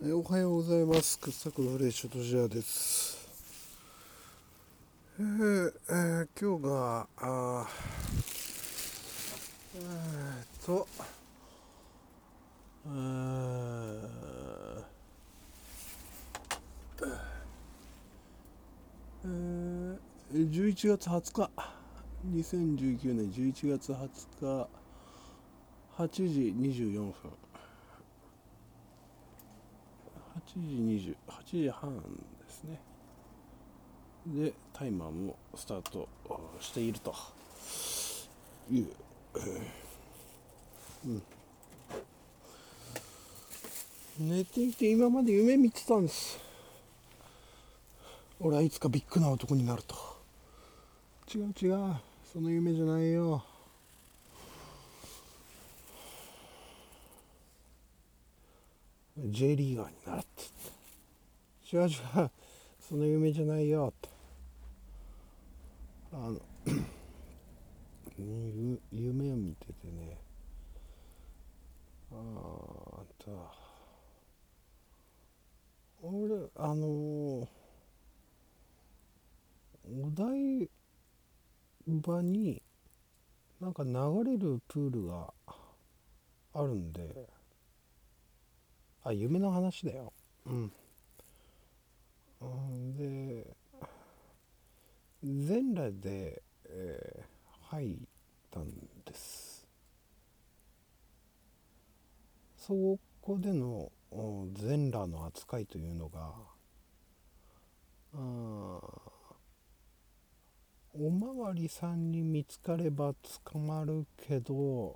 おはようございます。掘削フレッシュドジャーです。今日が、えーっと、えーえー11月20日、2019年11月20日、8時24分、8時20、8時半ですね。で、タイマーもスタートしているという、寝ていて今まで夢見てたんです。俺はいつかビッグな男になると。違う違う、その夢じゃないよ。J リーガーになるって。違う違う、その夢じゃないよって。あの夢を見ててね、俺お台場になんか流れるプールがあるんで、夢の話だよ。で、全裸で、入ったんです。そこでの全裸の扱いというのが、おまわりさんに見つかれば捕まるけど、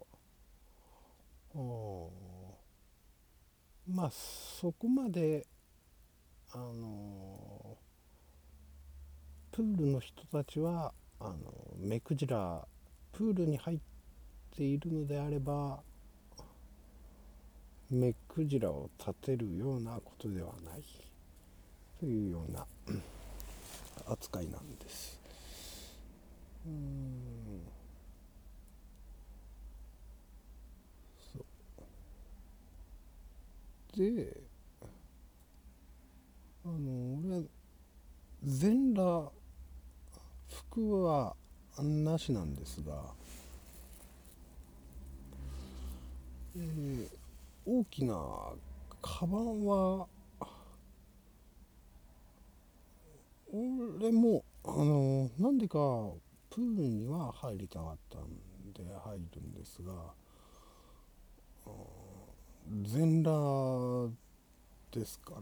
まあそこまであのプールの人たちは目くじら、プールに入っているのであれば目くじらを立てるようなことではないというような扱いなんです。で、俺は全裸、服はなしなんですが、大きなカバンは俺もなんでかプールには入りたかったんで入るんですが、全裸ですから、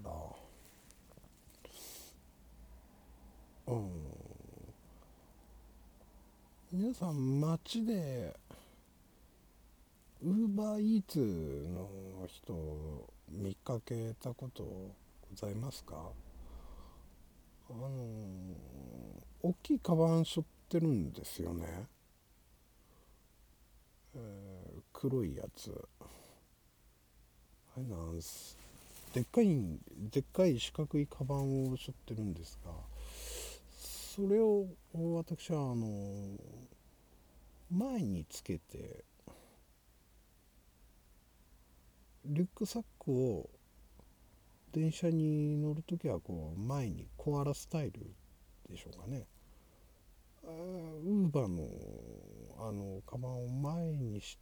皆さん街でウーバーイーツの人見かけたことございますか？大きいカバン背負ってるんですよね。黒いやつ。あれなんす。でっかい、でっかい四角いカバンを背負ってるんですが、それを私は前につけて、リュックサックを電車に乗るときはこう前にコアラスタイルでしょうかね。ウーバーのカバンを前にして、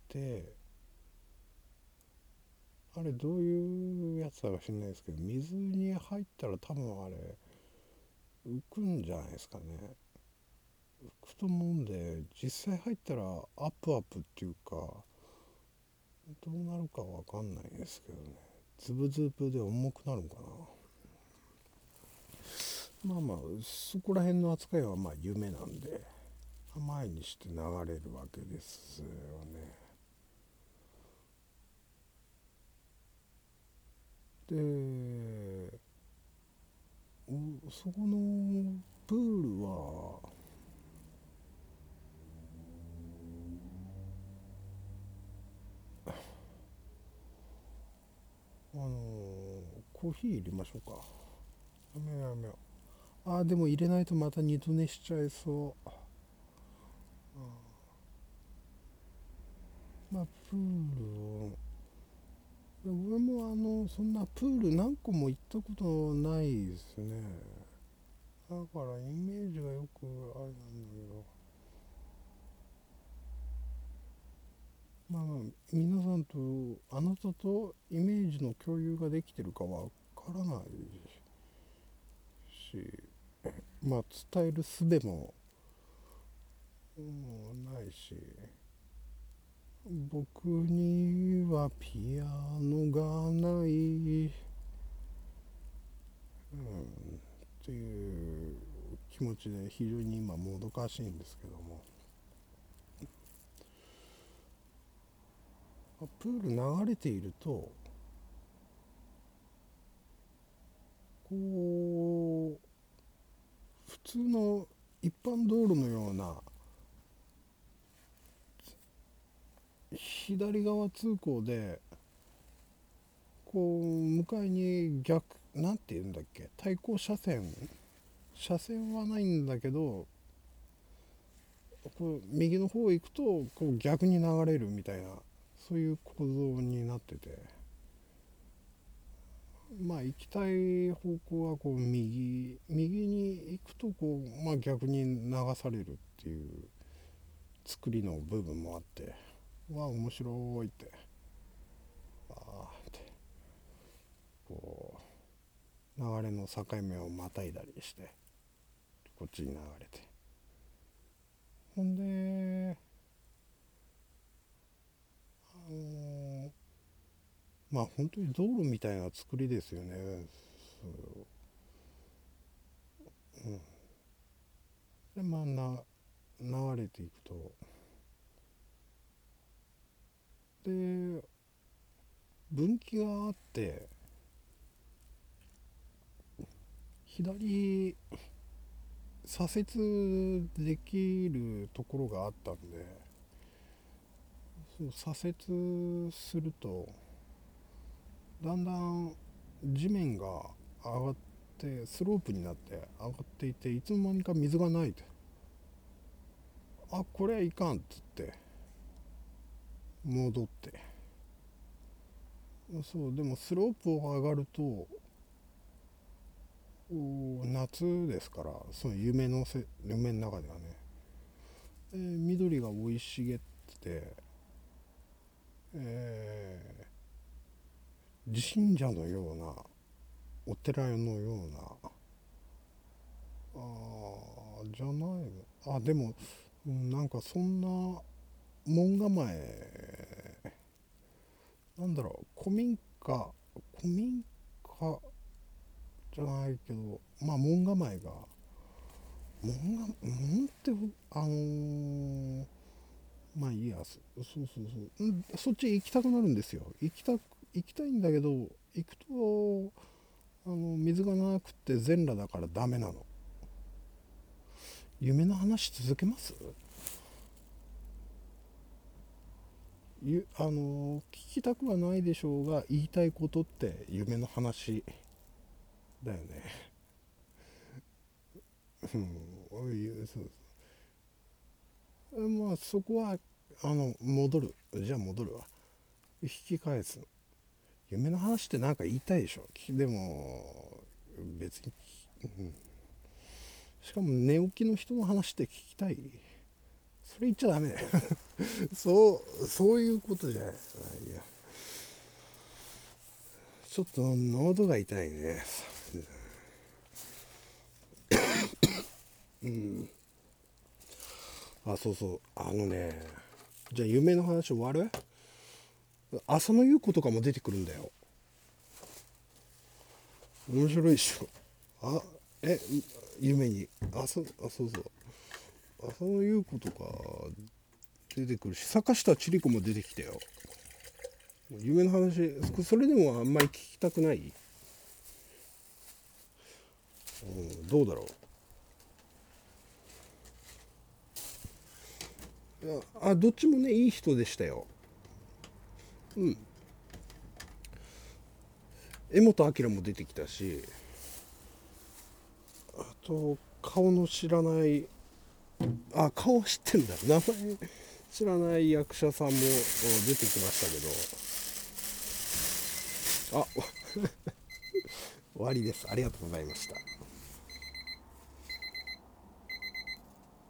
あれどういうやつだか知んないですけど、水に入ったら多分あれ浮くんじゃないですかね。浮くと思うんで、実際入ったらアップアップっていうか、どうなるかわかんないですけどね。ズブズブで重くなるのかな。まあまあそこら辺の扱いはまあ夢なんで、前にして流れるわけですよね。で、そこのプールはコーヒー入れましょうか。やめようやめよう。でも入れないとまた二度寝しちゃいそう。まあプールを、俺もそんなプール何個も行ったことないですね。だからイメージがよくあれなんだけど、まあ皆さんとあなたとイメージの共有ができてるかわからないし、まあ伝える術も、ないし、僕にはピアノがない、っていう気持ちで非常に今もどかしいんですけども、プール流れているとこう普通の一般道路のような左側通行でこう向かいになんて言うんだっけ、対向車線はないんだけど、こう右の方行くとこう逆に流れるみたいな、そういう構造になってて、まあ行きたい方向はこう右に行くとこう、まあ、逆に流されるっていう作りの部分もあって、面白いって、あーってこう流れの境目をまたいだりしてこっちに流れて、ほんでまあ本当に道路みたいな作りですよね。で流れていくと、で分岐があって、左左折できるところがあったんで、そう左折するとだんだん地面が上がってスロープになって上がっていて、いつの間にか水がないと、これはいかんっつって戻って、そうでもスロープを上がると夏ですから、その夢の中ではね、緑が生い茂ってて、神社のようなお寺のような、じゃないの、でも、なんかそんな門構え、なんだろう、古民家じゃないけど、まあ門構えが門ってまあいいや、そうそうそう、そっち行きたくなるんですよ。行きたいんだけど、行くと水がなくて全裸だからダメなの。夢の話続けます？聞きたくはないでしょうが、言いたいことって夢の話だよね。まあそこは戻るわ、引き返す。夢の話って何か言いたいでしょ。でも別に、しかも寝起きの人の話って聞きたい？それ言っちゃダメだよ。そういうことじゃない。いや、ちょっと喉が痛いね。そうそう、じゃあ夢の話終わる？浅野ゆう子とかも出てくるんだよ。面白いでしょ。あえ夢にそうそう、浅野ゆう子とか出てくるし、坂下千里子も出てきたよ。夢の話、それでもあんまり聞きたくない？どうだろう。どっちもね、いい人でしたよ。柄本明も出てきたし、あと顔の知らない、顔知ってんだ、名前知らない役者さんも出てきましたけあ終わりです。ありがとうございました。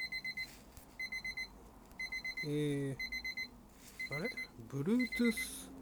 あれ Bluetooth